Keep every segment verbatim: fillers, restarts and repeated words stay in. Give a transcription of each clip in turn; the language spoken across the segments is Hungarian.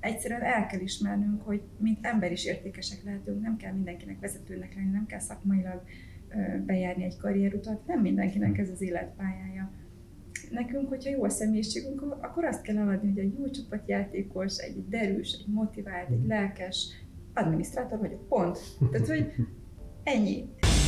egyszerűen el kell ismernünk, hogy mint ember is értékesek lehetünk, nem kell mindenkinek vezetőnek lenni, nem kell szakmailag bejárni egy karrierutat, nem mindenkinek ez az életpályája. Nekünk, hogyha jó a személyiségünk, akkor azt kell eladni, hogy egy jó csapatjátékos, egy derűs, egy motivált, egy lelkes adminisztrátor vagyok, pont. Tehát, hogy ennyi.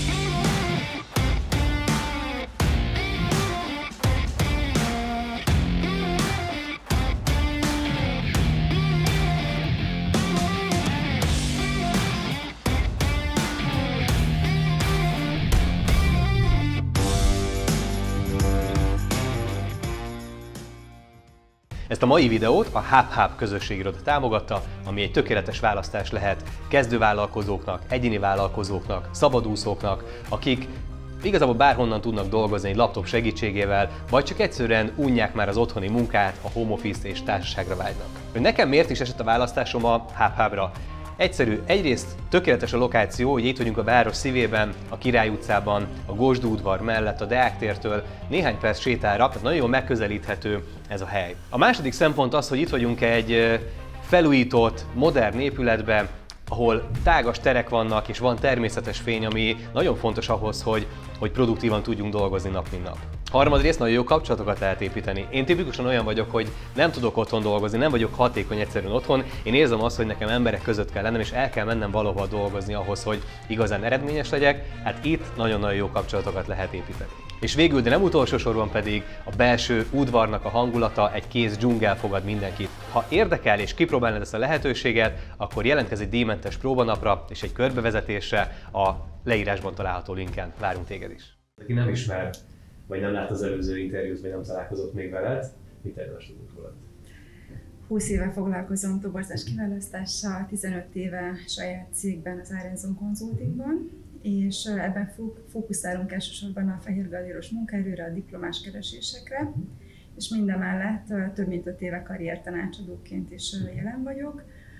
Ezt a mai videót a HubHub közösségiroda támogatta, ami egy tökéletes választás lehet kezdővállalkozóknak, egyéni vállalkozóknak, szabadúszóknak, akik igazából bárhonnan tudnak dolgozni egy laptop segítségével, vagy csak egyszerűen unják már az otthoni munkát, a home office és társaságra vágynak. Hogy nekem miért is esett a választásom a HubHubra? Egyszerű, egyrészt tökéletes a lokáció, hogy itt vagyunk a város szívében, a Király utcában, a Gosdú udvar mellett, a Deák tértől néhány perc sétára, tehát nagyon jól megközelíthető ez a hely. A második szempont az, hogy itt vagyunk egy felújított, modern épületben, ahol tágas terek vannak és van természetes fény, ami nagyon fontos ahhoz, hogy, hogy produktívan tudjunk dolgozni nap mint nap. Harmadrészt nagyon jó kapcsolatokat lehet építeni. Én tipikusan olyan vagyok, hogy nem tudok otthon dolgozni, nem vagyok hatékony egyszerűen otthon. Én érzem azt, hogy nekem emberek között kell lennem, és el kell mennem valahol dolgozni ahhoz, hogy igazán eredményes legyek. Hát itt nagyon-nagyon jó kapcsolatokat lehet építeni. És végül, de nem utolsó sorban pedig a belső udvarnak a hangulata, egy kész dzsungel fogad mindenkit. Ha érdekel és kipróbálnád ezt a lehetőséget, akkor jelentkezz egy díjmentes próbanapra és egy körbevezetésre, a leírásban található linken várunk téged is. Aki nem ismer, vagy nem lát az előző interjút, vagy nem találkozott még veled, mit érdemes tudni rólad? húsz éve foglalkozom toborzás kiválasztással, tizenöt éve saját cégben, az Arenzon Consultingban, és ebben fókuszálunk elsősorban a fehérgalléros munkaerőre, a diplomás keresésekre, és mindemellett több mint öt éve karriertanácsadóként is jelen vagyok.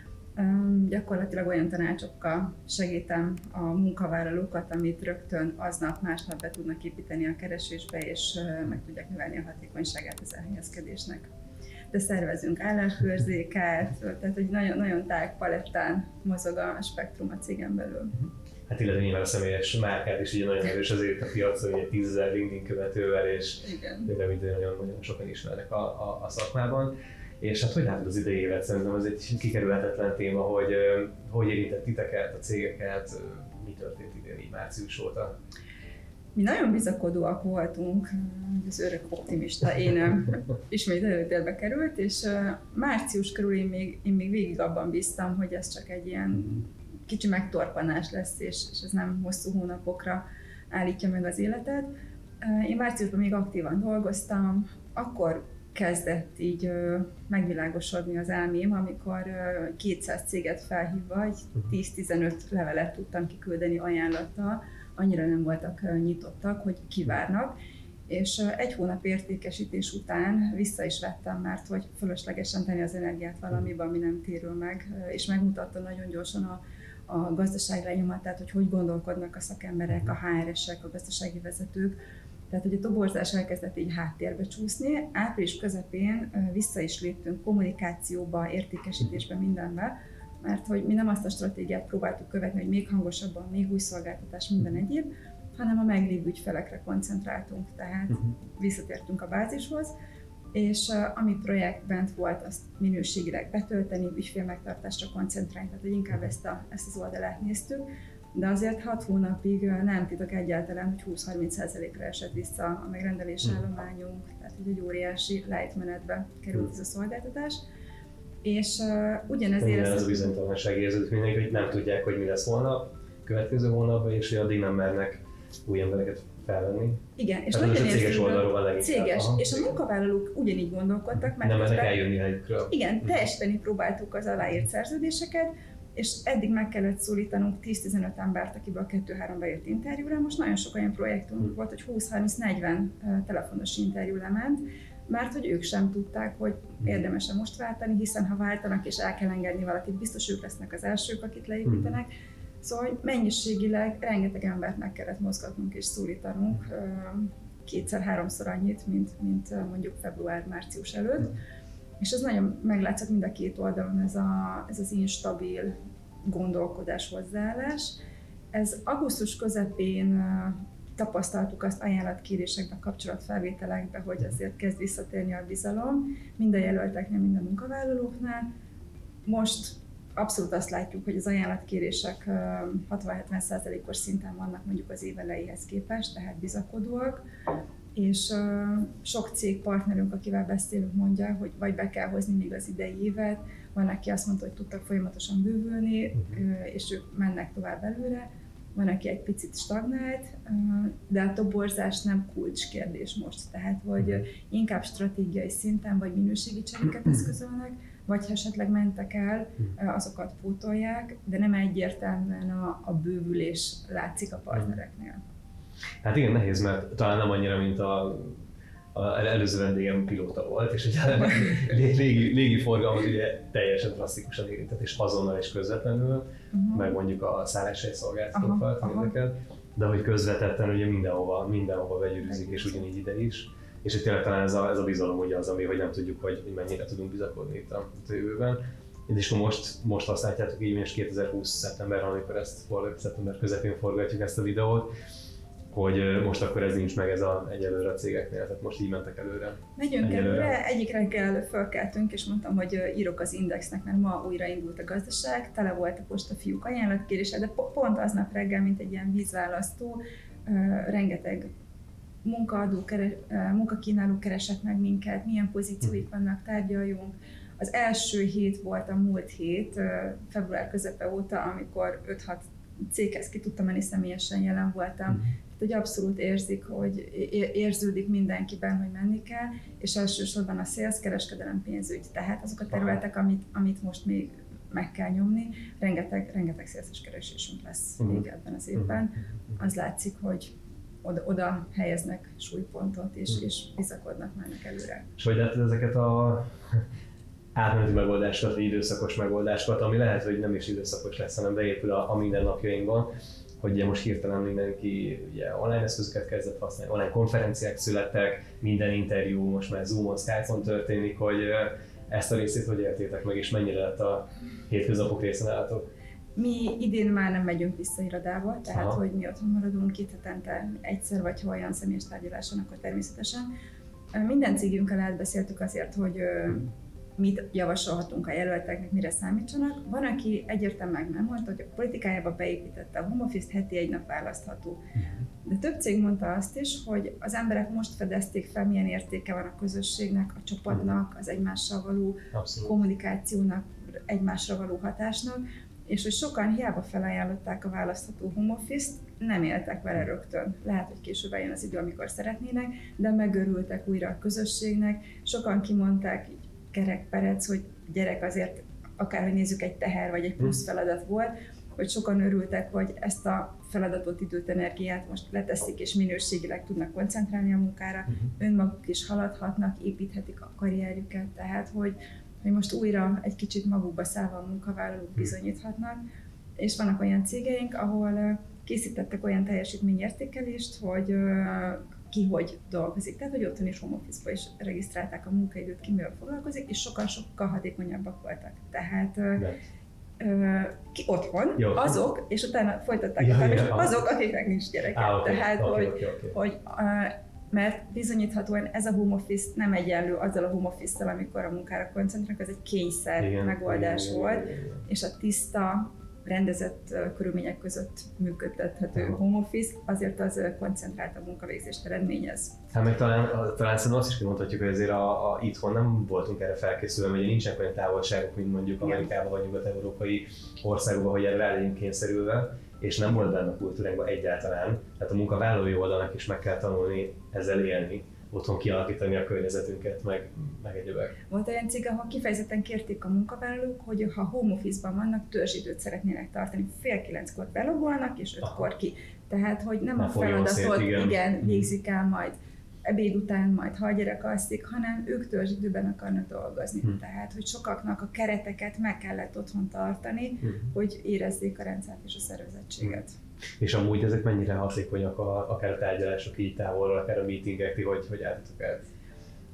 Gyakorlatilag olyan tanácsokkal segítem a munkavállalókat, amit rögtön aznap, másnap be tudnak építeni a keresésbe, és meg tudják növelni a hatékonyságát az elhelyezkedésnek. De szervezünk álláskörzéket, tehát hogy nagyon, nagyon tág palettán mozog a spektrum a cégen belül. Hát illetve nyilván a személyes márkád is ugye nagyon erős azért a piacon, hogy egy tízezer LinkedIn követővel, és nagyon-nagyon sokan ismernek a, a, a szakmában. És hát hogy látod az idei évet? Szerintem ez egy kikerülhetetlen téma, hogy hogy érintett titeket, a cégeket, mi történt idén így március óta? Mi nagyon bizakodóak voltunk, az örök optimista én ismét előtérbe került, és március körül én még, én még végig abban bíztam, hogy ez csak egy ilyen kicsi megtorpanás lesz, és, és ez nem hosszú hónapokra állítja meg az életet. Én márciusban még aktívan dolgoztam, akkor kezdett így ö, megvilágosodni az elmém, amikor ö, kétszáz céget felhívva, egy tíz-tizenöt levelet tudtam kiküldeni ajánlattal, annyira nem voltak ö, nyitottak, hogy kivárnak, és ö, egy hónap értékesítés után vissza is vettem, mert hogy fölöslegesen tenni az energiát valamibe, ami nem térül meg, ö, és megmutatta nagyon gyorsan a, a gazdaság lenyomatát, hogy hogy gondolkodnak a szakemberek, a há er esek, a gazdasági vezetők. Tehát, hogy a toborzás elkezdett így háttérbe csúszni, április közepén vissza is léptünk kommunikációba, értékesítésbe, mindenbe, mert hogy mi nem azt a stratégiát próbáltuk követni, hogy még hangosabban, még új szolgáltatás, minden egyéb, hanem a meglévő ügyfelekre koncentráltunk, tehát visszatértünk a bázishoz, és ami projekt bent volt, azt minőségileg betölteni, ügyfélmegtartásra koncentrálni, tehát hogy inkább ezt, a, ezt az oldalát néztük. De azért hat hónapig nem titok egyáltalán, hogy húsz-harminc százalékra esett vissza a megrendelés állományunk, tehát hogy egy óriási light menetbe került ez a szolgáltatás. És uh, ugyanezért... Ez a bizonytalanság érződik mindenki, hogy nem tudják, hogy mi lesz holnap, következő hónapban, és hogy addig nem mernek új embereket felvenni. Igen, és nagyon nagyon céges oldalról van leginkább. Céges, és a munkavállalók ugyanígy gondolkodtak, mert... Nem mernek eljönni helyükről. Igen, teljesíteni próbáltuk az aláírt szerződéseket, és eddig meg kellett szólítanunk tíz-tizenöt embert, akiből kettő-három bejött interjúra. Most nagyon sok olyan projektünk hmm. volt, hogy húsz-harminc-negyven telefonos interjú lement, mert hogy ők sem tudták, hogy érdemes-e most váltani, hiszen ha váltanak és el kell engedni valakit, biztos ők lesznek az elsők, akit leépítenek. Hmm. Szóval mennyiségileg rengeteg embert meg kellett mozgatnunk és szólítanunk, kétszer-háromszor annyit, mint, mint mondjuk február-március előtt. És ez nagyon meglátszott mind a két oldalon, ez, a, ez az instabil gondolkodás, hozzáállás. Ez augusztus közepén tapasztaltuk azt ajánlatkérésekben, kapcsolatfelvételekben, hogy azért kezd visszatérni a bizalom, mind a jelölteknél, mind a munkavállalóknál. Most abszolút azt látjuk, hogy az ajánlatkérések hatvan-hetven százalékos szinten vannak mondjuk az év elejéhez képest, tehát bizakodóak, és sok cégpartnerünk, akivel beszélünk, mondja, hogy vagy be kell hozni még az idei évet, van, aki azt mondta, hogy tudtak folyamatosan bővülni, és ők mennek tovább előre, van, aki egy picit stagnált, de a toborzás nem kulcskérdés most, tehát hogy inkább stratégiai szinten vagy minőségi cseréket eszközölnek, vagy ha esetleg mentek el, azokat pótolják, de nem egyértelműen a, a bővülés látszik a partnereknél. Hát igen, nehéz, mert talán nem annyira, mint a, a előző vendégem pilóta volt, és ugye a légi, légi forgalmat ugye teljesen drasztikusan érintett, és azonnal és közvetlenül, uh-huh. meg mondjuk a szálláshely szolgáltatókat, mindeket, de hogy közvetetten ugye mindenhova, mindenhova begyűrűzik, és ugyanígy ide is. És hogy tényleg talán ez a, ez a bizalom ugye az, ami, hogy nem tudjuk, hogy, hogy mennyire tudunk bizakodni itt a jövőben. És most, most azt látjátok így, és kétezer-húsz szeptemberben, amikor ezt szeptember közepén forgatjuk ezt a videót, hogy most akkor ez nincs meg ez a, egyelőre a cégeknél, tehát most így mentek előre. Megyünk előre, egyik reggel fölkeltünk, és mondtam, hogy írok az Indexnek, mert ma újraindult a gazdaság, tele volt a postafiúk ajánlatkérése, de pont aznap reggel, mint egy ilyen vízválasztó, rengeteg munkaadó, keres, munkakínáló keresett meg minket, milyen pozícióik vannak, tárgyaljunk. Az első hét volt a múlt hét, február közepe óta, amikor öt-hat céghez ki tudtam menni, személyesen jelen voltam. Mm. Tehát, hogy abszolút érzik, hogy érződik mindenkiben, hogy menni kell, és elsősorban a sales, kereskedelem, pénzügy. Tehát azok a területek, amit, amit most még meg kell nyomni, rengeteg, rengeteg sales-es keresésünk lesz mm. még ebben az évben. Az látszik, hogy Oda, oda helyeznek súlypontot, és, és bizakodnak, mennek előre. És hogy látod ezeket a átmeneti megoldásokat, vagy időszakos megoldásokat, ami lehet, hogy nem is időszakos lesz, hanem beépül a, a mindennapjainkban, hogy ugye most hirtelen mindenki ugye online eszközöket kezdett használni, online konferenciák születtek, minden interjú most már Zoomon, Skype-on történik, hogy ezt a részét hogy értétek meg, és mennyire lett a hétköznapok részen állatok? Mi idén már nem megyünk vissza irodába, tehát Aha. hogy mi otthon maradunk két hetente egyszer, vagy ha olyan személyes tárgyaláson, akkor természetesen. Minden cégünkkel átbeszéltük azért, hogy mit javasolhatunk a jelölteknek, mire számítsanak. Van, aki egyértelműen megmondta, hogy a politikájába beépítette a home office-t, heti egy nap választható. De több cég mondta azt is, hogy az emberek most fedezték fel, milyen értéke van a közösségnek, a csapatnak, az egymással való Abszolút. kommunikációnak, egymásra való hatásnak, és hogy sokan hiába felajánlották a választható home office-t, nem éltek vele rögtön. Lehet, hogy később eljön az idő, amikor szeretnének, de megörültek újra a közösségnek. Sokan kimondták, így kerekperec, hogy gyerek azért, akárhogy nézzük, egy teher vagy egy plusz feladat volt, hogy sokan örültek, hogy ezt a feladatot, időt, energiát most leteszik, és minőségileg tudnak koncentrálni a munkára, uh-huh. önmaguk is haladhatnak, építhetik a karrierjüket, tehát hogy hogy most újra egy kicsit magukba szállva a munkavállalók bizonyíthatnak, és vannak olyan cégeink, ahol készítettek olyan teljesítményértékelést, hogy ki hogy dolgozik, tehát hogy otthon is home office-ba is regisztrálták a munkaidőt, ki mivel foglalkozik, és sokkal-sokkal hatékonyabbak voltak. Tehát De. ki otthon, Jó. azok, és utána folytatták ja, a ja, azok, akiknek nincs gyereke. Ah, okay. Tehát, okay, hogy, okay, okay. hogy mert bizonyíthatóan ez a home office nem egyenlő azzal a home office-tel, amikor a munkára koncentrálnak, ez egy kényszer igen, megoldás igen, volt, igen, igen, igen. És a tiszta, rendezett körülmények között működtethető ja. home office azért az koncentrált a munkavégzést eredményez. Hát meg talán, talán szerintem azt is kimondhatjuk, hogy azért a, a, itthon nem voltunk erre felkészülve, mert nincsenek olyan távolságok, mint mondjuk Amerikában vagy nyugat-európai országokban, hogy erre rá legyünk kényszerülve, és nem volt benne a kultúránkban egyáltalán. Tehát a munkavállalói oldalnak is meg kell tanulni ezzel élni, otthon kialakítani a környezetünket, meg, meg egyebek. Volt olyan cég, ahol kifejezetten kérték a munkavállalók, hogy ha home office-ban vannak, törzsidőt szeretnének tartani. Fél kilenckor belogolnak, és ötkor ki. Tehát, hogy nem Na, a feladatot igen. igen, végzik el majd ebéd után, majd ha a gyerek alszik, hanem ők törzsidőben akarnak dolgozni. Hmm. Tehát, hogy sokaknak a kereteket meg kellett otthon tartani, hmm. hogy érezzék a rendszert és a szervezettséget. Hmm. És amúgy ezek mennyire hatékonyak, a, akár a tárgyalások így távolról, akár a meetingek, hogy, hogy álltatok el?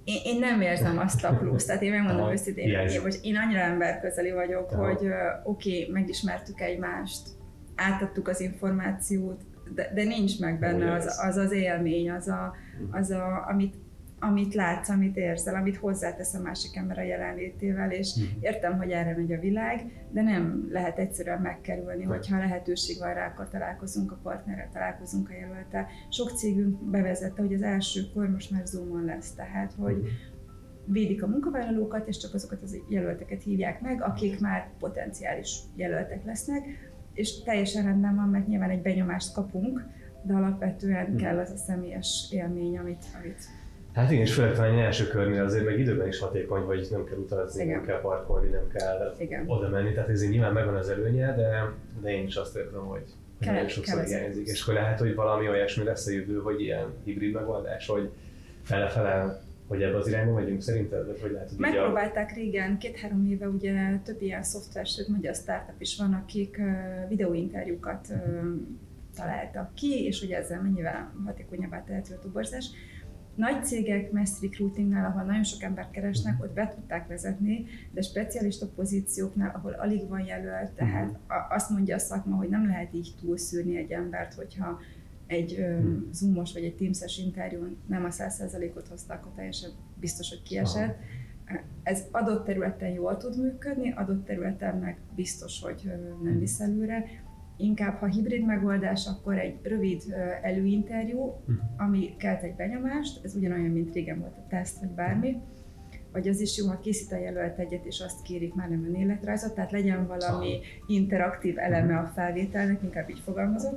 én, én nem érzem azt a pluszt, tehát én megmondom őszintén, én, hogy én annyira emberközeli vagyok, Aha. hogy uh, oké, okay, megismertük egymást, átadtuk az információt, de, de nincs meg benne az az, az élmény, az, a, az a, amit, amit látsz, amit érzel, amit hozzátesz a másik ember a jelenlétével, és értem, hogy erre megy a világ, de nem lehet egyszerűen megkerülni, hogyha lehetőség van rá, akkor találkozunk a partnerrel, találkozunk a jelöltel. Sok cégünk bevezette, hogy az elsőkor most már Zoomon lesz, tehát hogy védik a munkavállalókat, és csak azokat az jelölteket hívják meg, akik már potenciális jelöltek lesznek, és teljesen rendben van, mert nyilván egy benyomást kapunk, de alapvetően hmm. kell az a személyes élmény, amit... amit hát igen, és főleg talán első körnél azért meg időben is hatékony, hogy nem kell utazni, igen. nem kell parkolni, nem kell igen. oda menni, tehát ezért nyilván megvan az előnye, de, de én is azt érzem, hogy kell, nagyon sokszor hiányzik, és akkor lehet, hogy valami olyasmi lesz a jövő, hogy ilyen hibrid megoldás, hogy fele-fele, hogy ebbe az irányba megyünk szerinted? Vagy lehet, megpróbálták a... régen, két-három éve ugye több ilyen szoftver, sőt magyar startup is van, akik uh, videóinterjúkat uh, találtak ki, és ugye ezzel mennyivel hatékonyabbá tehető a toborzás. Nagy cégek, mass recruitingnál, ahol nagyon sok embert keresnek, ott be tudták vezetni, de specialista pozícióknál, ahol alig van jelölt, tehát azt mondja a szakma, hogy nem lehet így túlszűrni egy embert, hogyha egy um, Zoomos vagy egy Teams-es interjún nem a száz százalékot hozta, akkor teljesen biztos, hogy kiesett. Ez adott területen jól tud működni, adott területen meg biztos, hogy nem visz előre. Inkább, ha hibrid megoldás, akkor egy rövid előinterjú, ami kelt egy benyomást, ez ugyanolyan, mint régen volt a teszt, vagy bármi, vagy az is jó, ha készít a jelölt egyet, és azt kérik, már nem önéletrajzot, tehát legyen valami interaktív eleme a felvételnek, inkább így fogalmazok,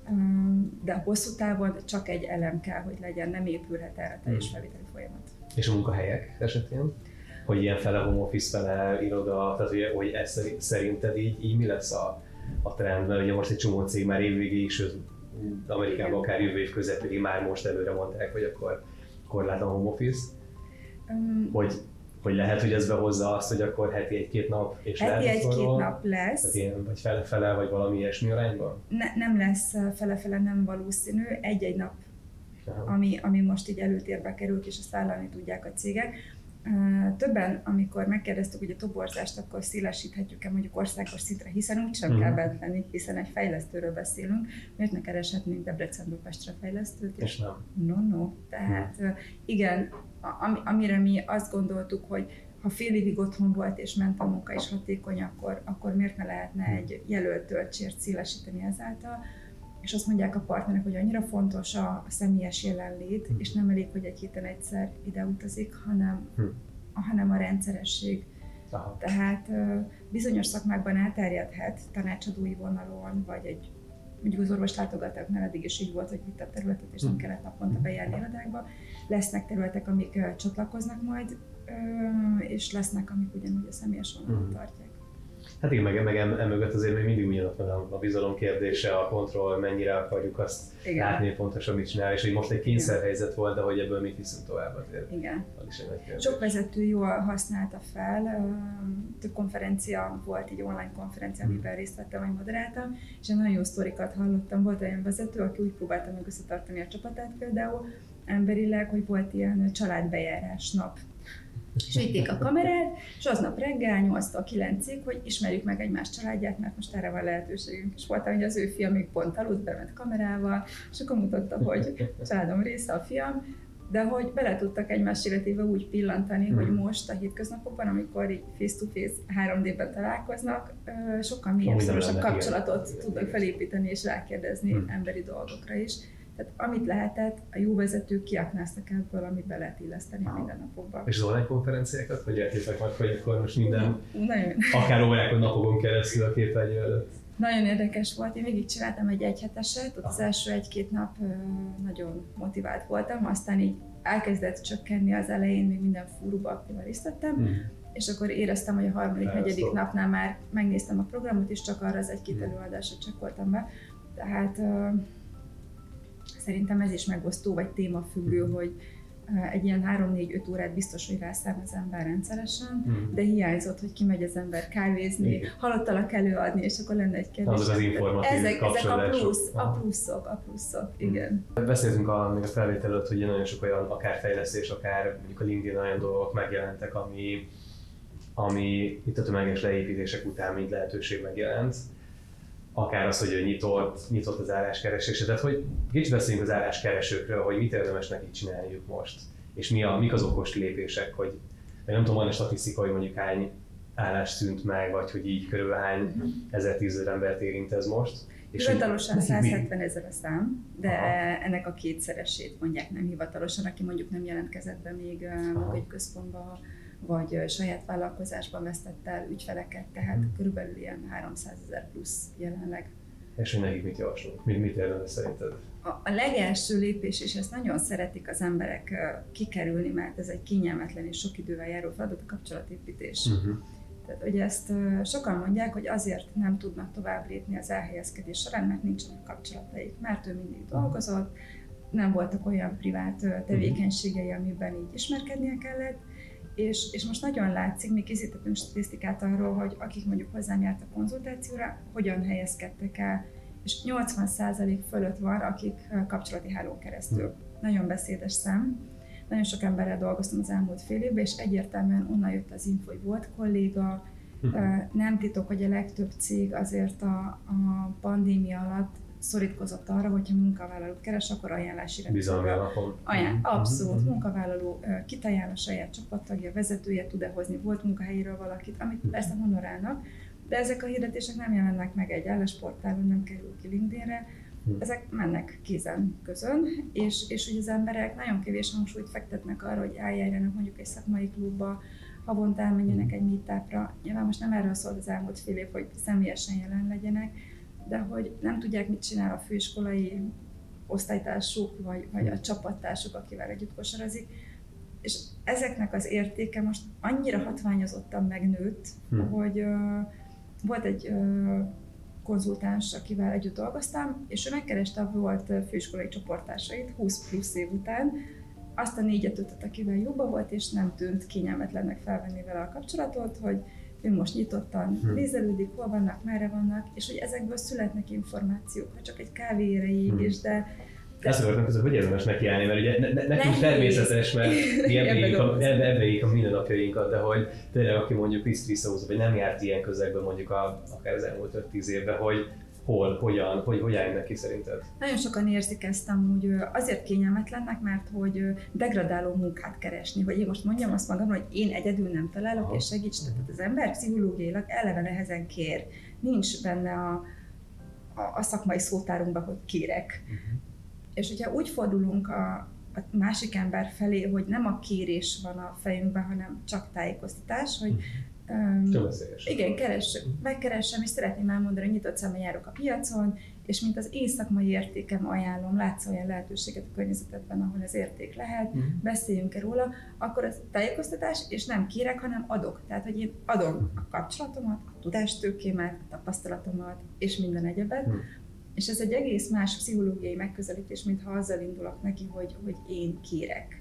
de hosszú távon csak egy elem kell, hogy legyen, nem épülhet el a teljes felvételi folyamat. És a munkahelyek esetén? Hogy ilyen fele home office, fele iroda, tehát hogy ez szerinted így, így mi lesz a a trend, mert ugye most egy csomó cég már évvégéig, sőt Amerikában akár jövő év közepéig már most előre mondták, hogy akkor korlát a home office, um, hogy, hogy lehet, hogy ez behozza azt, hogy akkor heti egy-két nap és heti egy-két nap lesz. Tehát ilyen, vagy fele-fele, vagy valami ilyesmi arányban? Ne, nem lesz fele-fele, nem valószínű, egy-egy nap, ami, ami most így előtérbe került, és azt vállalni tudják a cégek. Többen, amikor megkérdeztük, hogy a toborzást akkor szélesíthetjük-e mondjuk országos szintre, hiszen úgysem mm. kell bent lenni, hiszen egy fejlesztőről beszélünk, miért ne kereshetnénk Debrecenből Pestre fejlesztőt? És nem. No, no. Tehát mm. igen, am, amire mi azt gondoltuk, hogy ha fél évig otthon volt és ment a munka is hatékony, akkor, akkor miért ne lehetne egy jelölt töltsért szélesíteni ezáltal? És azt mondják a partnerek, hogy annyira fontos a, a személyes jelenlét, hmm. és nem elég, hogy egy héten egyszer ide utazik, hanem, hmm. a, hanem a rendszeresség. Aha. Tehát bizonyos szakmákban elterjedhet tanácsadói vonalon, vagy egy, mondjuk az orvoslátogatóknál eddig is így volt, hogy vitt a területet, és nem kellett naponta bejárni irodákba. Lesznek területek, amik csatlakoznak majd, és lesznek, amik ugyanúgy a személyes vonalon hmm. tartják. Hát igen, meg, meg emögött azért még mindig ugyanott van a, a bizalom kérdése, a kontroll, mennyire akarjuk azt igen. látni, pontosan mit csinál, és hogy most egy kényszerhelyzet volt, de hogy ebből mit hiszünk tovább azért. Igen. Sok vezető jól használta fel, több konferencia volt, egy online konferencia, amiben részt vettem, vagy moderáltam, és nagyon jó sztorikat hallottam. Volt olyan vezető, aki úgy próbálta meg összetartani a csapatát például emberileg, hogy volt ilyen családbejárás nap. És vitték a kamerát, és aznap reggel nyolctól kilencig, hogy ismerjük meg egymás családját, mert most erre van lehetőségünk. És volt, hogy az ő fia még pont aludt, bement kamerával, és akkor mutatta, hogy a családom része a fiam, de hogy bele tudtak egymás életébe úgy pillantani, hmm. hogy most a hétköznapokban, amikor így face-to-face három dé-ben találkoznak, sokkal mélyebb, szorosabb kapcsolatot igen. tudnak felépíteni és rákérdezni hmm. emberi dolgokra is. Tehát amit lehetett, a jó vezetők kiaknáztak ebből, amit be lehet illeszteni a mindennapokba. És az online konferenciákat, hogy értétek meg, hogy akkor most minden, nagyon. Akár órákon, napokon keresztül a képernyő előtt? Nagyon érdekes volt, én végig csináltam egy egyheteset, ott az első egy-két nap nagyon motivált voltam, aztán így elkezdett csökkenni az elején, még minden fóruba aktívan részt vettem, hmm. és akkor éreztem, hogy a harmadik, Elszó. negyedik napnál már megnéztem a programot, és csak arra az egy-két hmm. előadásra csekkoltam be. Tehát Szerintem ez is megosztó, vagy témafüggő, hogy egy ilyen három-négy-öt órát biztos, hogy rászám az ember rendszeresen, mm. de hiányzott, hogy kimegy az ember kávézni, hallottalak előadni, és akkor lenne egy kérdés. Azok az informatív ezek, ezek a, plusz, a pluszok, a pluszok, igen. Beszéltünk a, még a felvétel előtt, hogy nagyon sok olyan akár fejlesztés, akár mondjuk a LinkedIn olyan dolgok megjelentek, ami, ami itt a tömeges leépítések után mind lehetőség megjelent. Akár az, hogy nyitott, nyitott az álláskeresésre. Tehát, hogy kicsit beszéljünk az álláskeresőkről, hogy mit érdemes nekik csinálniuk most, és mi a, mik az okos lépések, hogy nem tudom, van a statisztika, hogy mondjuk hány állás szűnt meg, vagy hogy így körülbelül hány uh-huh. ezer-tízezer embert érint ez most. Hivatalosan száz hetven ezer a szám, de aha. ennek a kétszeresét mondják nem hivatalosan, aki mondjuk nem jelentkezett be még egy központba, vagy saját vállalkozásban vesztett el ügyfeleket, tehát hmm. körülbelül ilyen háromszázezer plusz jelenleg. És hogy nekik mit javaslunk? Mit, mit érdemes szerinted? A, a legelső lépés, és ezt nagyon szeretik az emberek kikerülni, mert ez egy kényelmetlen és sok idővel járó feladat, a kapcsolatépítés. Uh-huh. Tehát ugye ezt sokan mondják, hogy azért nem tudnak tovább lépni az elhelyezkedés során, mert nincsenek kapcsolataik, mert ő mindig dolgozott, nem voltak olyan privát tevékenységei, amiben így ismerkednie kellett, És, és most nagyon látszik, mi készítettünk statisztikát arról, hogy akik mondjuk hozzám jártak konzultációra, hogyan helyezkedtek el, és nyolcvan százalék fölött van, akik kapcsolati hálón keresztül. Hmm. Nagyon beszédes szám. Nagyon sok emberrel dolgoztam az elmúlt fél évben, és egyértelműen onnan jött az info, hogy volt kolléga. Hmm. Nem titok, hogy a legtöbb cég azért a, a pandémia alatt szorítkozott arra, hogyha munkavállalót keres, akkor ajánlási Bizalmi alapon. Ajánl, abszolút. Mm-hmm. Munkavállaló kit ajánl, a saját csapattagja, vezetője tud-e hozni, volt munkahelyéről valakit, amit persze honorálnak, de ezek a hirdetések nem jelennek meg egy állásportálon, nem kerül ki LinkedInre, mm. ezek mennek kézen közön, és, és ugye az emberek nagyon kevés hangsúlyt fektetnek arra, hogy eljárjanak mondjuk egy szakmai klubba, havonta elmenjenek egy meetupra. Nyilván most nem erről szólt az elmúlt fél év, hogy személyesen jelen legyenek, de hogy nem tudják, mit csinál a főiskolai osztálytársuk, vagy, vagy a csapattársuk, akivel együtt kosarazik. És ezeknek az értéke most annyira hatványozottan megnőtt, hmm. hogy uh, volt egy uh, konzultáns, akivel együtt dolgoztam, és ő megkereste a volt főiskolai csoporttársait húsz plusz év után, azt a négyet ötöt, akivel jobban volt, és nem tűnt kényelmetlennek felvenni vele a kapcsolatot, hogy ő most nyitottan hmm. nézelődik, hol vannak, merre vannak, és hogy ezekből születnek információk, ha csak egy kávé erejéig hmm. is, de... de... Ezt akartam közben, hogy érdemes nekiállni, mert ugye ne, ne, nekünk természetes, mert mi ebbe éljük a mindennapjainkat, de hogy tényleg aki mondjuk visszahúzva, vagy nem járt ilyen közegben mondjuk a, akár az elmúlt öt-tíz évben, hogy hol, hogyan, hogy, hogy állj neki szerinted? Nagyon sokan érzik ezt amúgy azért kényelmetlennek, mert hogy degradáló munkát keresni, hogy én most mondjam azt magamról, hogy én egyedül nem találok, aha. és segíts, tehát az ember pszichológiailag eleve nehezen kér. Nincs benne a, a, a szakmai szótárunkban, hogy kérek. Uh-huh. És hogyha úgy fordulunk a, a másik ember felé, hogy nem a kérés van a fejünkben, hanem csak tájékoztatás, hogy uh-huh. Um, igen, keressük, megkeressem, és szeretném elmondani, hogy nyitott szemmel járok a piacon, és mint az én szakmai értékem ajánlom, látsz olyan lehetőséget a környezetedben, ahol ez érték lehet, mm. beszéljünk-e róla, akkor az tájékoztatás, és nem kérek, hanem adok. Tehát, hogy én adom a kapcsolatomat, a tudástőkémet, a tapasztalatomat, és minden egyebet. Mm. És ez egy egész más pszichológiai megközelítés, mintha azzal indulok neki, hogy, hogy én kérek.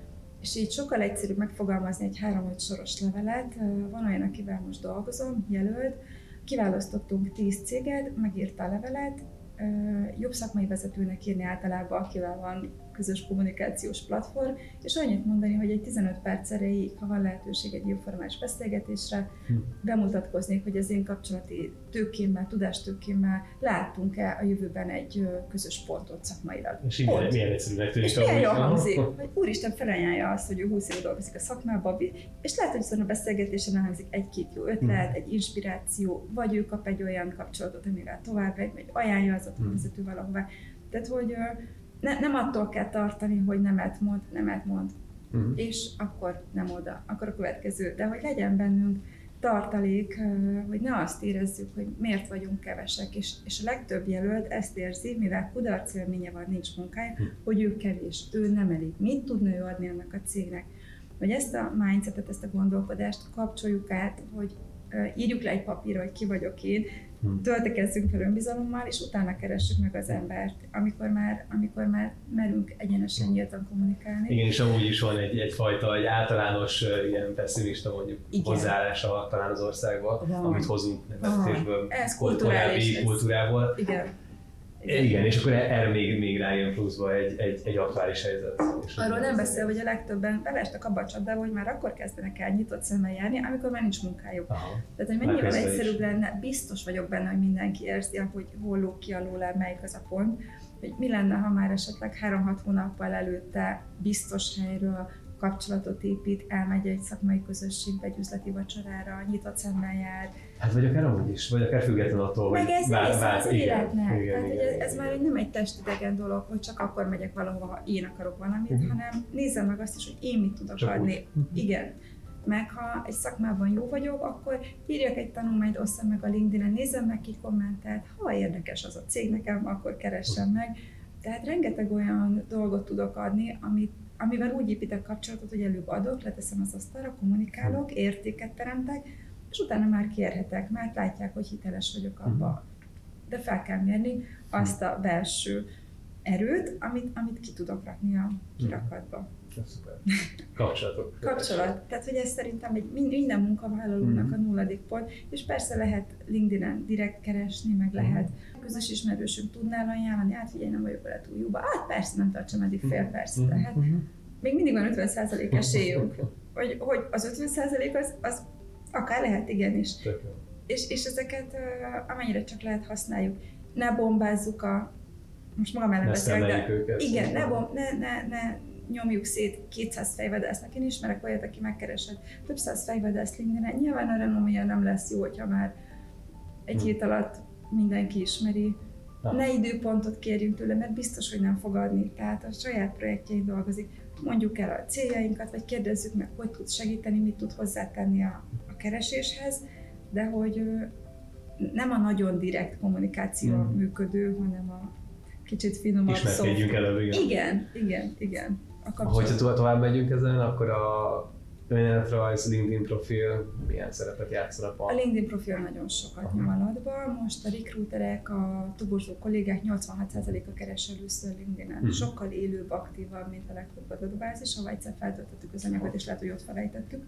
És így sokkal egyszerűbb megfogalmazni egy három-öt soros levelet. Van olyan, akivel most dolgozom, jelölt, kiválasztottunk tíz céget, megírta a levelet, jobb szakmai vezetőnek írni általában, akivel van közös kommunikációs platform, és annyit mondani, hogy egy tizenöt perc erejéig, ha van lehetőség egy informális beszélgetésre, hm. bemutatkoznék, hogy az én kapcsolati tőkémmel, tudástőkémmel láttunk-e a jövőben egy közös pontot szakmailag. És így milyen, milyen egyszerűnek tűnik. És milyen jól hangzik, hogy úristen felajánlja azt, hogy ő húsz éve dolgozik a szakmában, és lehet, hogy szóval a beszélgetésen elhangzik egy-két jó ötlet, hm. egy inspiráció, vagy ő kap egy olyan kapcsolatot, amivel tovább megy, vagy ajánlja az a vezető valahová. Tehát, hogy Ne, nem attól kell tartani, hogy nemet mond, nemet mond, uh-huh. és akkor nem oda, akkor a következő. De hogy legyen bennünk tartalék, hogy ne azt érezzük, hogy miért vagyunk kevesek, és, és a legtöbb jelölt ezt érzi, mivel kudarcélménye van, nincs munkája, uh-huh. hogy ő kevés, ő nem elég. Mit tudna ő adni annak a cégnek? Hogy ezt a mindsetet, ezt a gondolkodást kapcsoljuk át, hogy írjuk le egy papírra, hogy ki vagyok én, Hmm. töltekezzünk fel önbizalommal, és utána keressük meg az embert, amikor már, amikor már merünk egyenesen nyíltan kommunikálni. Igen, és amúgy is van egy, egyfajta, egy általános ilyen pessimista mondjuk Igen. hozzáállása talán az országban, Van. amit hozunk nevezésből, Ez kulturális. korábbi kultúrából. Igen. Igen. Igen, és akkor erre még, még rájön pluszba egy, egy, egy aktuális helyzet. És Arról nem beszél, hogy a legtöbben beleestek abba a csapdába, hogy már akkor kezdenek el nyitott szemmel járni, amikor már nincs munkájuk. Aha. Tehát, hogy mennyivel közben egyszerűbb is. lenne, biztos vagyok benne, hogy mindenki érzi, hogy hol lóg ki alól, melyik az a pont, hogy mi lenne, ha már esetleg három-hat hónappal előtte biztos helyről kapcsolatot épít, elmegy egy szakmai közösségbe, egy üzleti vacsorára, nyitott szemmel jár. Hát vagy akár amúgy is, vagy akár független attól, Meg hogy ez része az életnek. igen, Tehát, igen, hogy ez, igen, ez igen. már egy, nem egy testidegen dolog, hogy csak akkor megyek valahova, ha én akarok valamit, Mhm. hanem nézzem meg azt is, hogy én mit tudok Csak adni. úgy. Mhm. Igen. Meg ha egy szakmában jó vagyok, akkor írjak egy tanulmányt, osszam meg a LinkedIn-en, nézzem meg ki kommentelt, ha érdekes az a cég nekem, akkor keressem meg. Tehát rengeteg olyan dolgot tudok adni, amit, amivel úgy építek kapcsolatot, hogy előbb adok, leteszem az asztalra, kommunikálok, értéket teremtek, és utána már kérhetek, mert látják, hogy hiteles vagyok abba. De fel kell mérni azt a belső erőt, amit, amit ki tudok rakni a kirakatba. Ez szuper. Kapcsolatok. Kapcsolat. Tehát, hogy ez szerintem egy minden munkavállalónak a nulladik pont, és persze lehet LinkedIn-en direkt keresni, meg lehet közös ismerősünk tudnál ajánlani, hát figyelj, nem vagyok vele túl jóba, hát persze, nem tartsam eddig fél percet, tehát még mindig van ötven százalék esélyünk, hogy, hogy az ötven százalék az, az akár lehet igenis. És, és ezeket uh, amennyire csak lehet használjuk. Ne bombázzuk a, most magam ellen beszélek, de őket, igen, szóval. ne, bom, ne, ne, ne nyomjuk szét kétszáz fejvadásznak. Én ismerek olyat, aki megkeresett több száz fejvadász LinkedIn-en. Nyilván a renomia nem lesz jó, hogyha már egy Hmm. hét alatt mindenki ismeri. Na. Ne időpontot kérjünk tőle, mert biztos, hogy nem fog adni. Tehát a saját projektjein dolgozik. Mondjuk el a céljainkat, vagy kérdezzük meg, hogy tud segíteni, mit tud hozzátenni a, a kereséshez, de hogy ö, nem a nagyon direkt kommunikáció Hmm. működő, hanem a kicsit finomabb szó. Ismerkedjünk előbb, igen. Igen, igen, igen. A kapcsolat. Hogyha tovább, tovább megyünk ezen, akkor a önéletrajz, LinkedIn profil milyen szerepet játszanak A a... LinkedIn profil nagyon sokat Aha. nyom alatba. Most a recruiterek, a toborzó kollégák nyolcvanhat százaléka keres először LinkedIn-en. Mhm. Sokkal élőbb, aktívabb, mint a legtöbb adatbázis, ahol egyszer feltöltöttük az anyagot, és lehet, hogy ott felejtettük.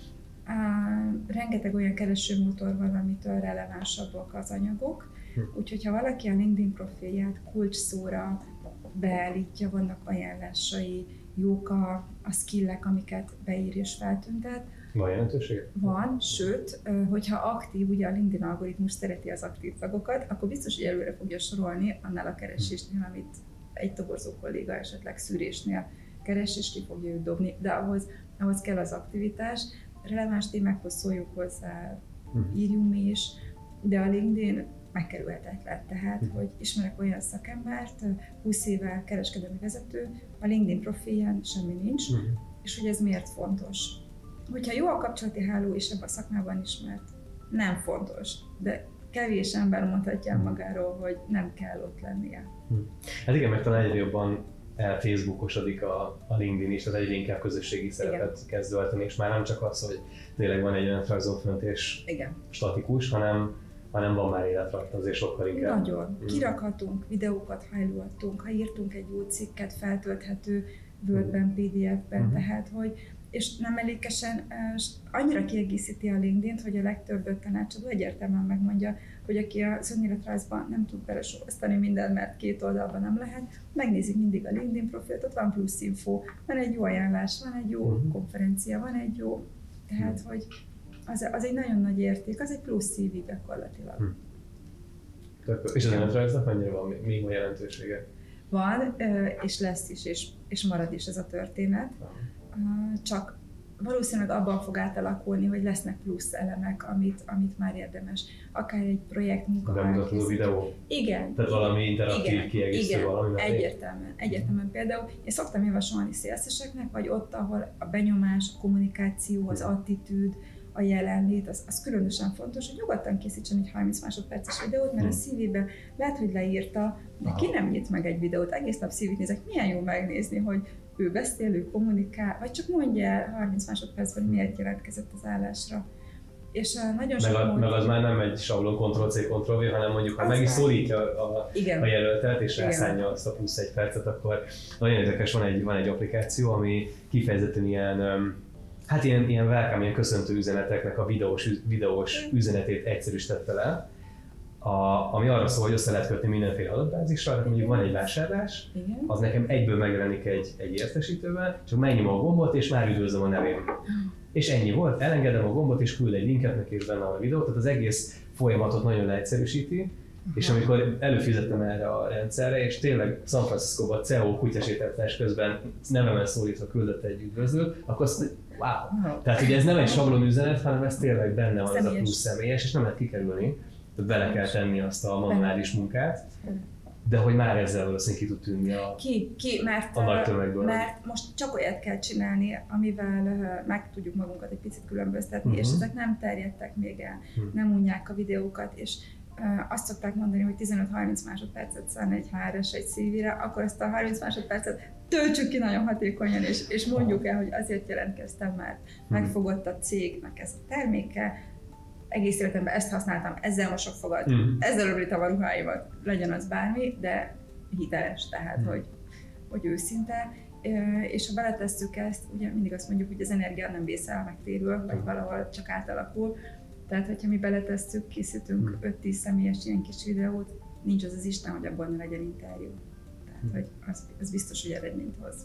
Uh, rengeteg olyan keresőmotor van, amitől relevánsabbak az anyagok. Hm. Úgyhogy ha valaki a LinkedIn profilját kulcs szóra beállítja, vannak ajánlásai, jók a, a skillek, amiket beír és feltüntet. Van jelentősége? Van, sőt, ö, hogyha aktív, ugye a LinkedIn algoritmus szereti az aktív tagokat, akkor biztos, hogy előre fogja sorolni annál a keresésnél, amit egy toborzó kolléga esetleg szűrésnél keres, és ki fogja őt dobni. De ahhoz, ahhoz kell az aktivitás, releváns témákhoz szóljuk hozzá, Mhm. írjunk mi is, de a LinkedIn megkerülhetetlen. Tehát, hogy ismerek olyan szakembert, húsz éve kereskedelmi vezető, a LinkedIn profilján semmi nincs, Mhm. és hogy ez miért fontos. Hogyha jó a kapcsolati háló és ebben a szakmában ismert, nem fontos, de kevés ember mondhatja el magáról, hogy nem kell ott lennie. Hát igen, mert talán egyre jobban elfacebookosodik a, a LinkedIn is, tehát egyre inkább közösségi szerepet igen. kezd ölteni, és már nem csak az, hogy tényleg van egy önéletrajzon fönt és Igen. statikus, hanem, hanem van már életrajta, azért sokkal inkább. Nagyon. Kirakhatunk videókat, ha előadtunk, ha írtunk egy jó cikket, feltölthető Wordben, pé dé ef-ben, Mhm. tehát hogy és nem mellékesen uh, annyira kiegészíti a LinkedIn-t, hogy a legtöbb tanácsadó egyértelműen megmondja, hogy aki az önéletrajzban nem tud belesorosztani mindent, mert két oldalban nem lehet, megnézik mindig a LinkedIn profilt, ott van plusz info, van egy jó ajánlás, van egy jó Mhm. konferencia, van egy jó, tehát hogy az, az egy nagyon nagy érték, az egy plusz szí vé gyakorlatilag. Mhm. Tök- És az önéletrajznak mennyire van, még van jelentősége? Van, ö, és lesz is, és, és marad is ez a történet. Uh, csak valószínűleg abban fog átalakulni, hogy lesznek plusz elemek, amit, amit már érdemes. Akár egy projekt munka. Bemutatkozó videó? Igen. Tehát valami interaktív igen, kiegészítő igen, valami mellé? egyértelműen. Egyértelműen például én szoktam javasolni szélszeseknek, vagy ott, ahol a benyomás, a kommunikáció, az attitűd, a jelenlét, az, az különösen fontos, hogy nyugodtan készítsen egy harminc másodperces videót, mert a szí vé-ben lehet, hogy leírta, de Aha. ki nem nyit meg egy videót, egész nap szí vét nézek, milyen jó megnézni, hogy ő beszél, ő kommunikál, vagy csak mondja el harminc másodpercben, hogy miért jelentkezett az állásra. És uh, nagyon meg, sok a, meg az már nem egy sablon Ctrl-C, Ctrl-V, hanem mondjuk ha meg is szólítja a, a jelöltet és rászánja azt a plusz egy percet, akkor nagyon érdekes, van egy, van egy applikáció, ami kifejezetten ilyen, hát ilyen, ilyen welcome, ilyen köszöntő üzeneteknek a videós, videós üzenetét egyszerűsítette le, A, ami arra szól, hogy össze lehet kötni mindenféle adatbázisra, tehát mondjuk van egy vásárlás, igen. Az nekem egyből megjelenik egy, egy értesítőben, csak megnyomom a gombot és már üdvözlöm a nevén. És ennyi volt, elengedem a gombot és küld egy linket neki és benne a videót, tehát az egész folyamatot nagyon leegyszerűsíti. Uh-huh. És amikor előfizettem erre a rendszerre, és tényleg San Franciscóban cé e o kutyasétáltatás közben nevemen szólítva küldött egy üdvözlőt, akkor azt wow! Uh-huh. Tehát ugye ez nem egy sablon üzenet, hanem ez tényleg benne van, ez a plusz személyes, és nem lehet kikerülni. Tehát bele kell tenni azt a manuális munkát, de hogy már ezzel valószínűleg ki tud tűnni a, ki, ki, mert, a nagy tömegből. Mert most csak olyat kell csinálni, amivel uh, meg tudjuk magunkat egy picit különböztetni, uh-huh. és ezek nem terjedtek még el, uh-huh. nem unják a videókat, és uh, azt szokták mondani, hogy tizenöt-harminc másodpercet szán egy há er es egy cé vé-re, akkor ezt a harminc másodpercet töltsük ki nagyon hatékonyan, és, és mondjuk el, hogy azért jelentkeztem, mert uh-huh. megfogott a cégnek ez a terméke, egész életemben ezt használtam, ezzel mosok fogad, mm. ezzel öblítem a ruháimat, legyen az bármi, de hiteles, tehát mm. hogy, hogy őszinte. És ha beletesszük ezt, ugye mindig azt mondjuk, hogy az energia nem vészel, megtérül, vagy valahol csak átalakul. Tehát, hogyha mi beletesszük, készítünk mm. öt-tíz személyes ilyen kis videót, nincs az az Isten, hogy abban ne legyen interjú. Tehát, mm. hogy az, az biztos, hogy eredményt hoz.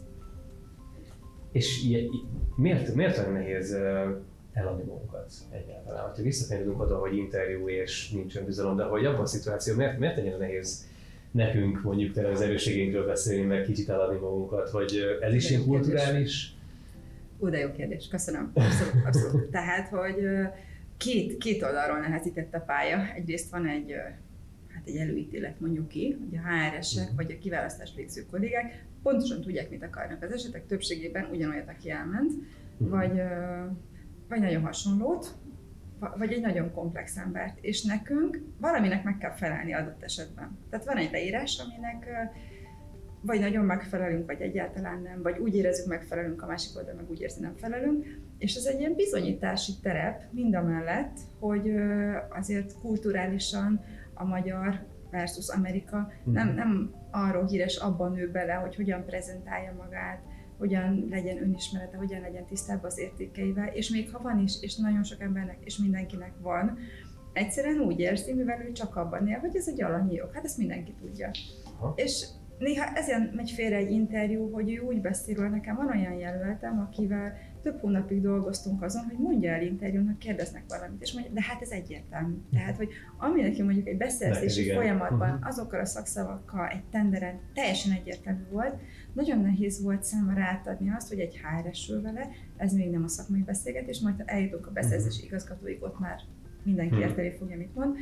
És ilyen, miért, miért olyan nehéz eladni magunkat egyáltalán? Ha visszatérünk oda, hogy interjú és nincsen bizalom, de hogy abban a szituáció, miért, miért ennyire nehéz nekünk mondjuk tényleg az erősségeinkről beszélni, meg kicsit eladni magunkat, hogy ez is ilyen kulturális? Ó, de jó kérdés, köszönöm. Abszolút, abszolút. Tehát, hogy két, két oldalról nehezített a pálya. Egyrészt van egy, hát egy előítélet mondjuk ki, hogy a há er esek vagy a kiválasztást végző kollégák pontosan tudják, mit akarnak. Az esetek többségében ugyanolyat, aki elment, vagy vagy nagyon hasonlót, vagy egy nagyon komplex embert. És nekünk valaminek meg kell felelni adott esetben. Tehát van egy leírás, aminek vagy nagyon megfelelünk, vagy egyáltalán nem, vagy úgy érezzük megfelelünk, a másik oldal meg úgy érzi nem felelünk. És ez egy ilyen bizonyítási terep mindamellett, hogy azért kulturálisan a magyar versus Amerika nem, nem arról híres, abban nő bele, hogy hogyan prezentálja magát, hogyan legyen önismerete, hogyan legyen tisztában az értékeivel, és még ha van is, és nagyon sok embernek és mindenkinek van, egyszerűen úgy érzi, mivel ő csak abban él, hogy ez egy alanyi jog, hát ezt mindenki tudja. Aha. És néha ezen megy félre egy interjú, hogy ő úgy beszél róla, nekem van olyan jelöltem, akivel több hónapig dolgoztunk azon, hogy mondja el interjúnak, kérdeznek valamit, és mondja, de hát ez egyértelmű. Tehát, hogy ami neki mondjuk egy beszerzési folyamatban uh-huh. azokkal a szakszavakkal egy tenderen teljesen egyértelmű volt, nagyon nehéz volt számomra átadni azt, hogy egy há er es-ről vele, ez még nem a szakmai beszélgetés, majd ha eljutunk a beszerzési igazgatóig, ott már mindenki uh-huh. érteni fogja, mit mond.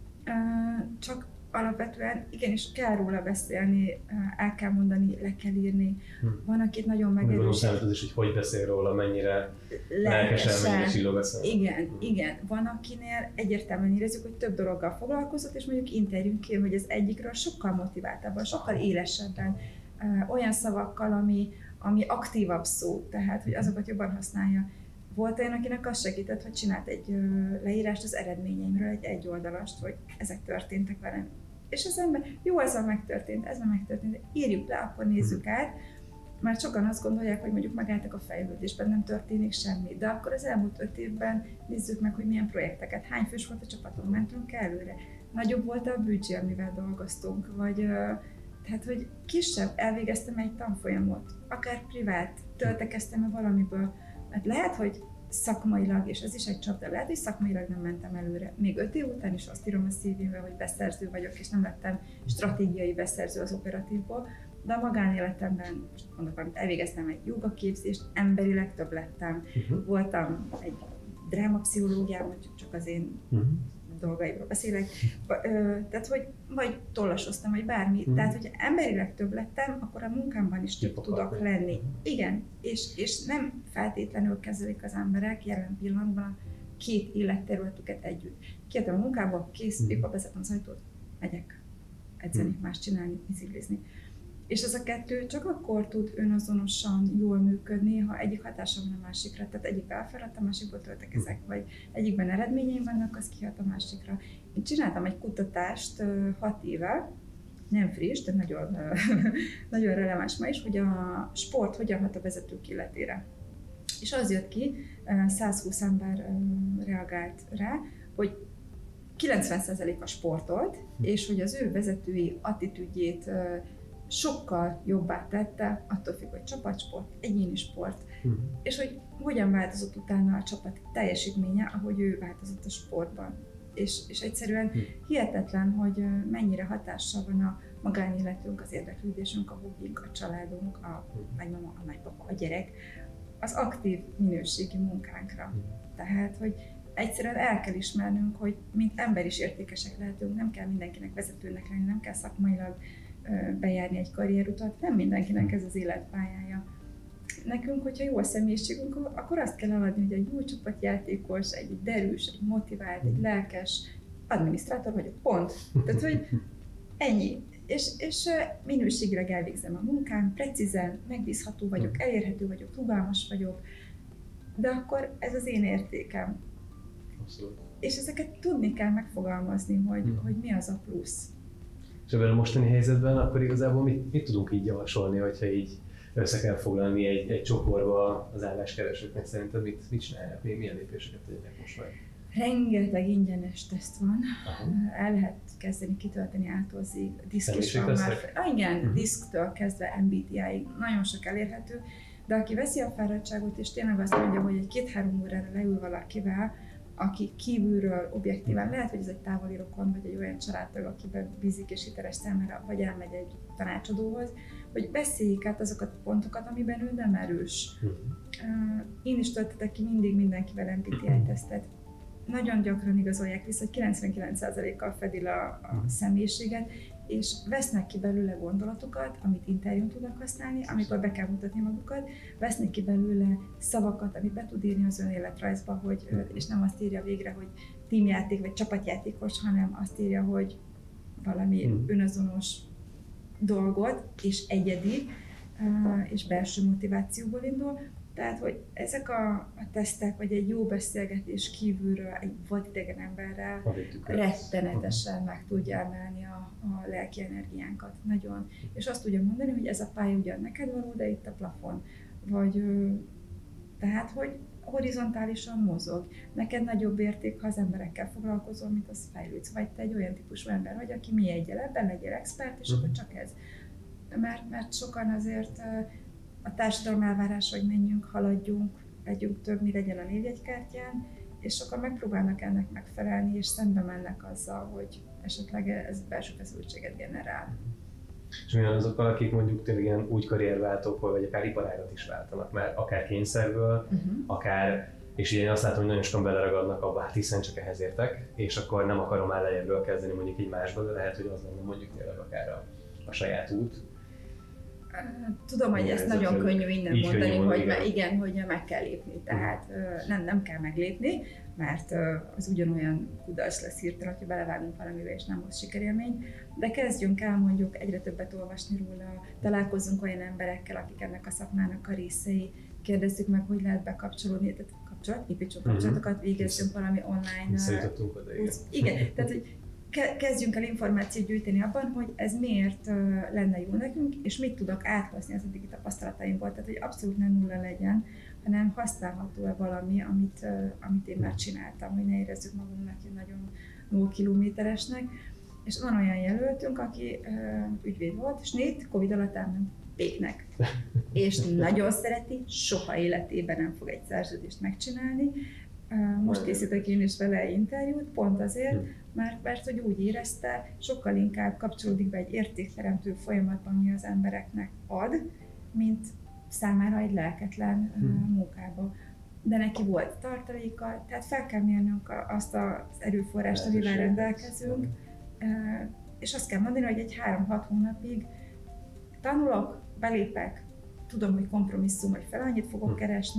Csak alapvetően igenis kell róla beszélni, el kell mondani, le kell írni. Hm. Van, akit nagyon megerősít. Gondolom számít az is, hogy hogy beszél róla, mennyire lelkesen, mennyire csillog a szem. Igen, hm. igen. Van, akinél egyértelműen érezzük, hogy több dologgal foglalkozott, és mondjuk interjún kijön, hogy az egyikről sokkal motiváltabban, sokkal élesebben, olyan szavakkal, ami, ami aktívabb szó, tehát hogy azokat jobban használja. Volt olyan, akinek az segített, hogy csinált egy leírást az eredményeimről, egy egyoldalast, hogy ezek történtek velem. És az ember, jó, ez már megtörtént, ez már megtörtént, de írjuk le, akkor nézzük át. Már sokan azt gondolják, hogy mondjuk megálltak a fejlődésben, nem történik semmi, de akkor az elmúlt öt évben nézzük meg, hogy milyen projekteket, hány fős volt a csapatunk, mentünk előre, nagyobb volt a büdzsé, amivel dolgoztunk, vagy tehát, hogy kisebb, elvégeztem egy tanfolyamot, akár privát, töltekeztem valamiből, mert lehet, hogy szakmailag, és ez is egy csapda, lehet, hogy szakmailag nem mentem előre. Még öt év után is azt írom a szé vé-mbe, hogy beszerző vagyok, és nem lettem stratégiai beszerző az operatívból, de a magánéletemben, most mondok valamit, elvégeztem egy jogaképzést, emberileg több lettem. Uh-huh. Voltam egy drámapszichológiám, hogy csak az én uh-huh. dolgaimról beszélek, tehát hogy vagy tollasoztam, vagy bármi, hmm. tehát hogyha emberileg több lettem, akkor a munkámban is több tudok lenni. Igen, és, és nem feltétlenül kezelik az emberek jelen pillanatban a két életterületüket együtt. Kijöttem a munkába, kész, pipa, bezettem az ajtót, megyek edzeni, hmm. más csinálni, biciklizni. És ez a kettő csak akkor tud önazonosan jól működni, ha egyik hatása van a másikra. Tehát egyik elfáradt, a másikból töltekezek, vagy egyikben eredményeim vannak, az kihat a másikra. Én csináltam egy kutatást hat éve, nem friss, de nagyon, nagyon releváns ma is, hogy a sport hogyan hat a vezetők életére. És az jött ki, százhúsz ember reagált rá, hogy kilencven százaléka sportolt, és hogy az ő vezetői attitűdjét sokkal jobbá tette, attól függ, hogy csapatsport, egyéni sport, uh-huh. és hogy hogyan változott utána a csapat teljesítménye, ahogy ő változott a sportban. És, és egyszerűen uh-huh. hihetetlen, hogy mennyire hatással van a magánéletünk, az érdeklődésünk, a hobbink, a családunk, a nagymama, a nagypapa, a gyerek, az aktív minőségi munkánkra. Uh-huh. Tehát, hogy egyszerűen el kell ismernünk, hogy mint ember is értékesek lehetünk, nem kell mindenkinek vezetőnek lenni, nem kell szakmailag bejárni egy karrierutat, nem mindenkinek ez az életpályája. Nekünk, hogyha jó a személyiségünk, akkor azt kell eladni, hogy egy jó csapatjátékos, egy derűs, egy motivált, egy lelkes adminisztrátor vagyok, pont. Tehát, hogy ennyi. És, és minőségileg elvégzem a munkám, precízen, megbízható vagyok, elérhető vagyok, rugalmas vagyok, de akkor ez az én értékem. Abszolút. És ezeket tudni kell megfogalmazni, hogy, hmm. hogy mi az a plusz. És ebben a mostani helyzetben akkor igazából mit, mit tudunk így javasolni, hogyha így össze kell foglalni egy, egy csoportba az álláskeresőknek, szerinted mit, mit csinálják, milyen lépéseket tegyenek most meg? Rengeteg ingyenes teszt van. Aha. El lehet kezdeni kitölteni ától zig, diszk is van már. Ah, igen, uh-huh. diszktől kezdve em bé té í-ig, nagyon sok elérhető, de aki veszi a fáradtságot és tényleg azt mondja, hogy egy két-három órára leül valakivel, aki kívülről objektíven, lehet, hogy ez egy távoli rokon, vagy egy olyan családtag, akiben bízik és hiteles számára, vagy elmegy egy tanácsadóhoz, hogy beszéljék át azokat a pontokat, amiben ő nem erős. Uh, én is töltetek ki mindig mindenkivel em bé té í-tesztet. Nagyon gyakran igazolják vissza, hogy kilencvenkilenc százalékkal fedi le a, a személyiséget, és vesznek ki belőle gondolatokat, amit interjún tudnak használni, amikor be kell mutatni magukat, vesznek ki belőle szavakat, amit be tud írni az önéletrajzba, hogy, és nem azt írja végre, hogy tímjáték vagy csapatjátékos, hanem azt írja, hogy valami önazonos dolgot, és egyedi, és belső motivációból indul. Tehát, hogy ezek a, a tesztek, vagy egy jó beszélgetés kívülről egy vadidegen emberrel rettenetesen meg tudja emelni a, a lelki energiánkat. Nagyon. És azt tudja mondani, hogy ez a pálya ugyan neked való, de itt a plafon. Vagy, tehát, hogy horizontálisan mozog. Neked nagyobb érték, ha az emberekkel foglalkozol, mint az fejlődsz. Vagy te egy olyan típusú ember vagy, aki mi egyel ebben legyél expert, és akkor csak ez. Mert, mert sokan azért a társadalom elvárása, hogy menjünk, haladjunk, legyünk több, mi legyen a névjegykártyán, és sokan megpróbálnak ennek megfelelni, és szembe mennek azzal, hogy esetleg ez belső feszültséget generál. És mi azokkal, akik mondjuk tényleg ilyen úgy karrierváltók, vagy akár iparágat is váltanak, mert akár kényszerből, uh-huh. akár, és én azt látom, hogy nagyon sokan beleragadnak abba, hát hiszen csak ehhez értek, és akkor nem akarom már lejjebről kezdeni mondjuk egy másba, de lehet, hogy az lenne mondjuk tényleg akár a, a saját út. Tudom, hogy ezt nagyon könnyű innen mondani, könnyű hogy igen. igen, hogy meg kell lépni, tehát nem, nem kell meglépni, mert az ugyanolyan kudarc lesz hirtelen, hogyha belevágunk valamivel és nem hoz sikerélményt, de kezdjünk el mondjuk egyre többet olvasni róla, találkozzunk olyan emberekkel, akik ennek a szakmának a részei, kérdezzük meg, hogy lehet bekapcsolódni, tehát kapcsolat, építsünk kapcsolatokat, végezzünk valami online. Visszajutottunk oda, igen. Igen, tehát hogy kezdjünk el információt gyűjteni abban, hogy ez miért lenne jó nekünk, és mit tudok áthozni az eddigi tapasztalataimból. Tehát, hogy abszolút nem nulla legyen, hanem használható-e valami, amit, amit én már csináltam, hogy ne érezzük magunknak nagyon nulla kilométeresnek. És van olyan jelöltünk, aki ügyvéd volt, és négy Covid alatt elment péknek. És nagyon szereti, soha életében nem fog egy szerződést megcsinálni. Most készítek én is vele interjút, pont azért, mert, mert hogy úgy érezte, sokkal inkább kapcsolódik be egy értékteremtő folyamatban, ami az embereknek ad, mint számára egy lelketlen hmm. munkába. De neki volt tartaléka, tehát fel kell mérnünk azt az erőforrást, amivel rendelkezünk, és azt kell mondani, hogy egy három-hat hónapig tanulok, belépek, tudom, hogy kompromisszum, hogy fel annyit fogok keresni,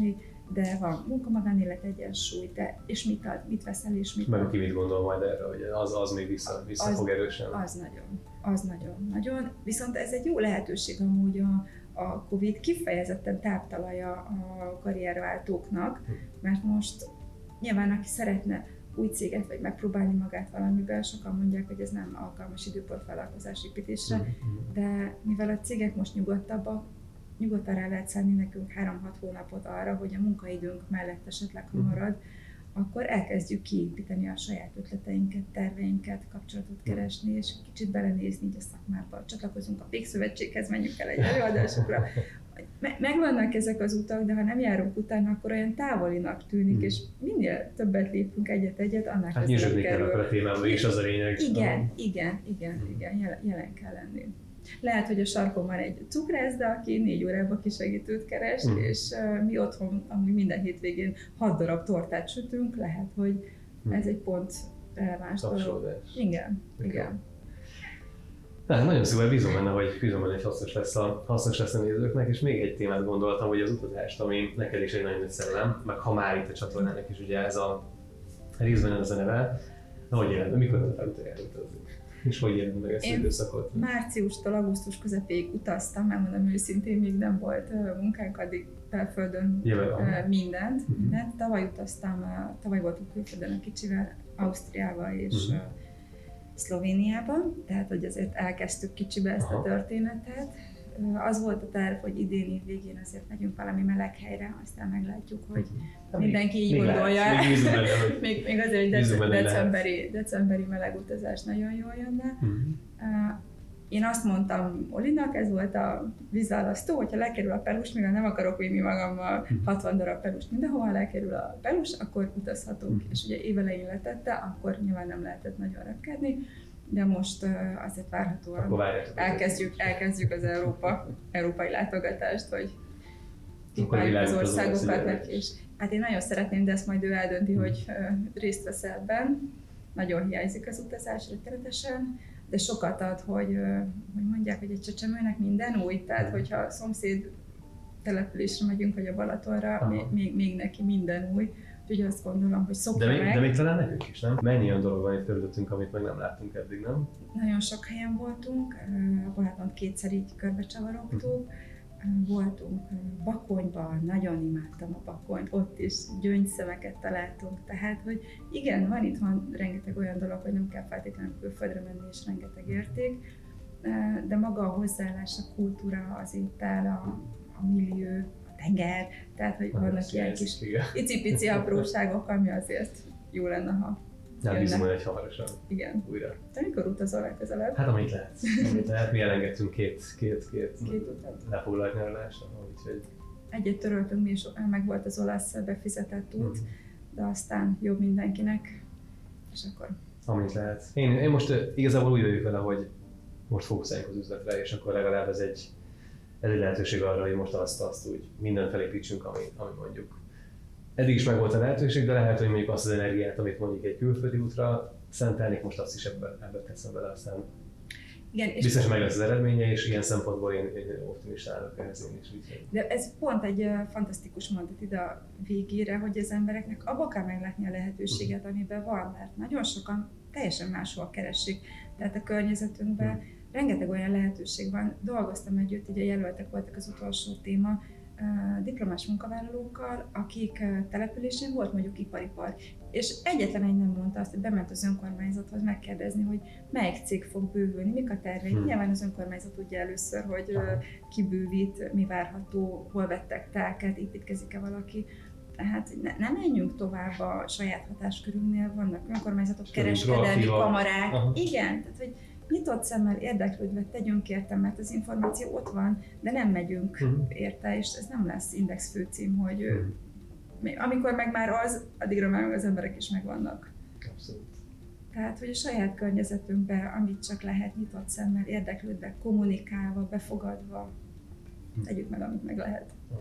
de van munka-magánélet egyensúly, de és mit ad, mit veszel és mit Meg ad. ki mit gondol majd erre, hogy az, az még vissza, vissza az, fog erősen? Az nagyon, az nagyon, nagyon. Viszont ez egy jó lehetőség amúgy a, a Covid kifejezetten táptalaja a karrierváltóknak, mert most nyilván aki szeretne új céget vagy megpróbálni magát valamiben, sokan mondják, hogy ez nem alkalmas időpont vállalkozásépítésre, de mivel a cégek most nyugodtabbak, nyugodtan rá lehet szállni nekünk három-hat hónapot arra, hogy a munkaidőnk mellett esetleg ha marad, akkor elkezdjük kiépíteni a saját ötleteinket, terveinket, kapcsolatot keresni, és kicsit belenézni így a szakmába. Csatlakozunk a Pék Szövetséghez, menjünk el egy előadásokra. Megvannak ezek az utak, de ha nem járunk utána, akkor olyan távolinak tűnik, hmm. és minél többet lépünk egyet-egyet, annál hát közelebb kerül. Hát a témában is az a lényeg. Igen, igen, igen, hmm. igen, jelen, jelen kell lenni. Lehet, hogy a sarkon van egy cukrászda, aki négy órában kisegítőt keres, hmm. és uh, mi otthon amúgy minden hétvégén hat darab tortát sütünk, lehet, hogy hmm. ez egy pont releváns dolog. Igen, okay. igen. Na, nagyon szépen bízom benne, hogy, bízom benne, hogy hasznos lesz, a, hasznos lesz a nézőknek, és még egy témát gondoltam, hogy az utazást, ami neked is egy nagyon nagy szerelem, meg ha már itt a csatornának is ugye ez a részben ez a neve, na hogy jelent, mikor tudtál utoljára utazni? És hogy jelent meg ezt az időszakot? Márciustól augusztus közepéig utaztam, megmondom őszintén, még nem volt munkánk, addig belföldön mindent, uh-huh. mindent. Tavaly utaztam, tavaly voltunk külföldön a kicsivel, Ausztriával és uh-huh. Szlovéniában, tehát hogy azért elkezdtük kicsibe ezt Aha. a történetet. Az volt a terv, hogy idén év végén azért megyünk valami meleg helyre, aztán meglátjuk, hogy uh-huh. mindenki így gondolja. Még, még, még azért egy dec- decemberi, decemberi meleg utazás nagyon jól jönne. Uh-huh. Én azt mondtam Olinak, ez volt a vízválasztó, hogyha lekerül a pelus, mivel nem akarok vinni magammal uh-huh. hatvan darab pelust mindenhova, lekerül a pelus, akkor utazhatunk. Uh-huh. És ugye évelején letette, akkor nyilván nem lehetett nagyon repkedni, de most uh, azért várhatóan elkezdjük, elkezdjük az Európa, európai látogatást, hogy kipáljuk az országokat neki. És hát én nagyon szeretném, de ezt majd ő eldönti, uh-huh. hogy uh, részt vesz ebben. Nagyon hiányzik az utazás rettenetesen, de sokat ad, hogy, hogy mondják, hogy egy csecsemőnek minden új, tehát hogyha a szomszéd településre megyünk, vagy a Balatonra, még, még neki minden új. Úgyhogy azt gondolom, hogy szokja de meg. De még talán nekünk is, nem? Mennyi olyan dolog van itt körülöttünk, amit meg nem láttunk eddig, nem? Nagyon sok helyen voltunk, a Balatont kétszer így körbecsavarogtuk. Voltunk Bakonyban, nagyon imádtam a Bakonyt, ott is gyöngyszemeket találtunk, tehát hogy igen, van itt van rengeteg olyan dolog, hogy nem kell feltétlenül külföldre menni, és rengeteg érték, de maga a hozzáállás, a kultúra, az étel, a, a millió, a tenger, tehát hogy Na, vannak ilyen kis icipici apróságok, ami azért jó lenne, ha nem bízom, hogy egy hamarosan igen. újra. Te mikor utazol legközelebb? Hát amit lehet. Amit lehet. Mi elengedtünk két, két, két, két utat. lefoglalt nyaralást, úgyhogy... Egyet töröltünk mi, és meg volt az olasz befizetett út, mm. de aztán jobb mindenkinek, és akkor... Amit lehet. Én, én most igazából úgy vagyok vele, hogy most fókuszáljunk az üzletre, és akkor legalább ez egy, ez egy lehetőség arra, hogy most azt, azt úgy mindent felépítsünk, ami, ami mondjuk eddig is meg volt a lehetőség, de lehet, hogy mondjuk azt az energiát, amit mondjuk egy külföldi útra szentelnék, most azt is ebben, ebben teszem bele, aztán igen, és biztos meg lesz az eredménye, és ilyen szempontból én, én optimista állok ehhez én is. Úgy. De ez pont egy uh, fantasztikus mondat ide a végére, hogy az embereknek abba kell meglátni a lehetőséget, uh-huh. amiben van, mert nagyon sokan teljesen máshol keresik. Tehát a környezetünkben uh-huh. rengeteg olyan lehetőség van. Dolgoztam együtt, ugye jelöltek voltak az utolsó téma, Uh, diplomás munkavállalókkal, akik uh, településén volt mondjuk iparipar. És egyetlen egy nem mondta azt, hogy bement az önkormányzathoz megkérdezni, hogy melyik cég fog bővülni, mik a tervei. Hmm. Nyilván az önkormányzat tudja először, hogy uh, ki bővít, mi várható, hol vettek telket, építkezik-e valaki. Tehát ne, nem menjünk tovább a saját hatáskörünknél, vannak önkormányzatok, kereskedelmi kamarák. Aha. Igen, tehát hogy nyitott szemmel, érdeklődve tegyünk érte, mert az információ ott van, de nem megyünk uh-huh. érte, és ez nem lesz index főcím, hogy uh-huh. amikor meg már az, addigra már az emberek is megvannak. Abszolút. Tehát, hogy a saját környezetünkben, amit csak lehet, nyitott szemmel, érdeklődve, kommunikálva, befogadva, uh-huh. tegyük meg, amit meg lehet. Okay.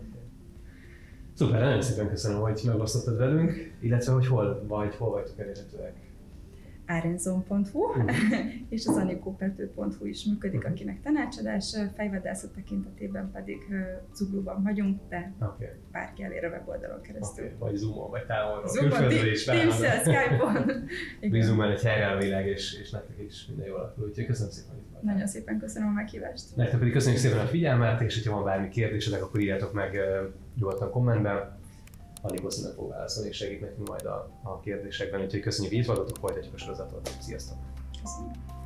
Szuper, nagyon szépen köszönöm, hogy megosztottad velünk, illetve hogy hol vagy, hol vagytok elérhetőek. arenzon pont hu és az anikópető pont hu is működik, akinek tanácsadás, fejvadászat tekintetében pedig zuglóban vagyunk, de okay. bárki elér a weboldalon keresztül. Okay. Vagy Zoomon, vagy távolról, Zoomon, Teams-el, Skype-on. Bízunk benne, hogy helyreáll a világ, és, és nektek is minden jól alakul. Úgyhogy köszönöm szépen, hogy itt voltál. Nagyon szépen köszönöm a meghívást. Nektek pedig köszönjük szépen a figyelmet, és hogyha van bármi kérdésetek, akkor írjátok meg nyugodtan kommentben. Anikó szépen fog válaszolni, és segít nekünk majd a, a kérdésekben, úgyhogy köszönjük, hogy itt voltatok, folytatjuk a sorozatot. Sziasztok! Köszönöm.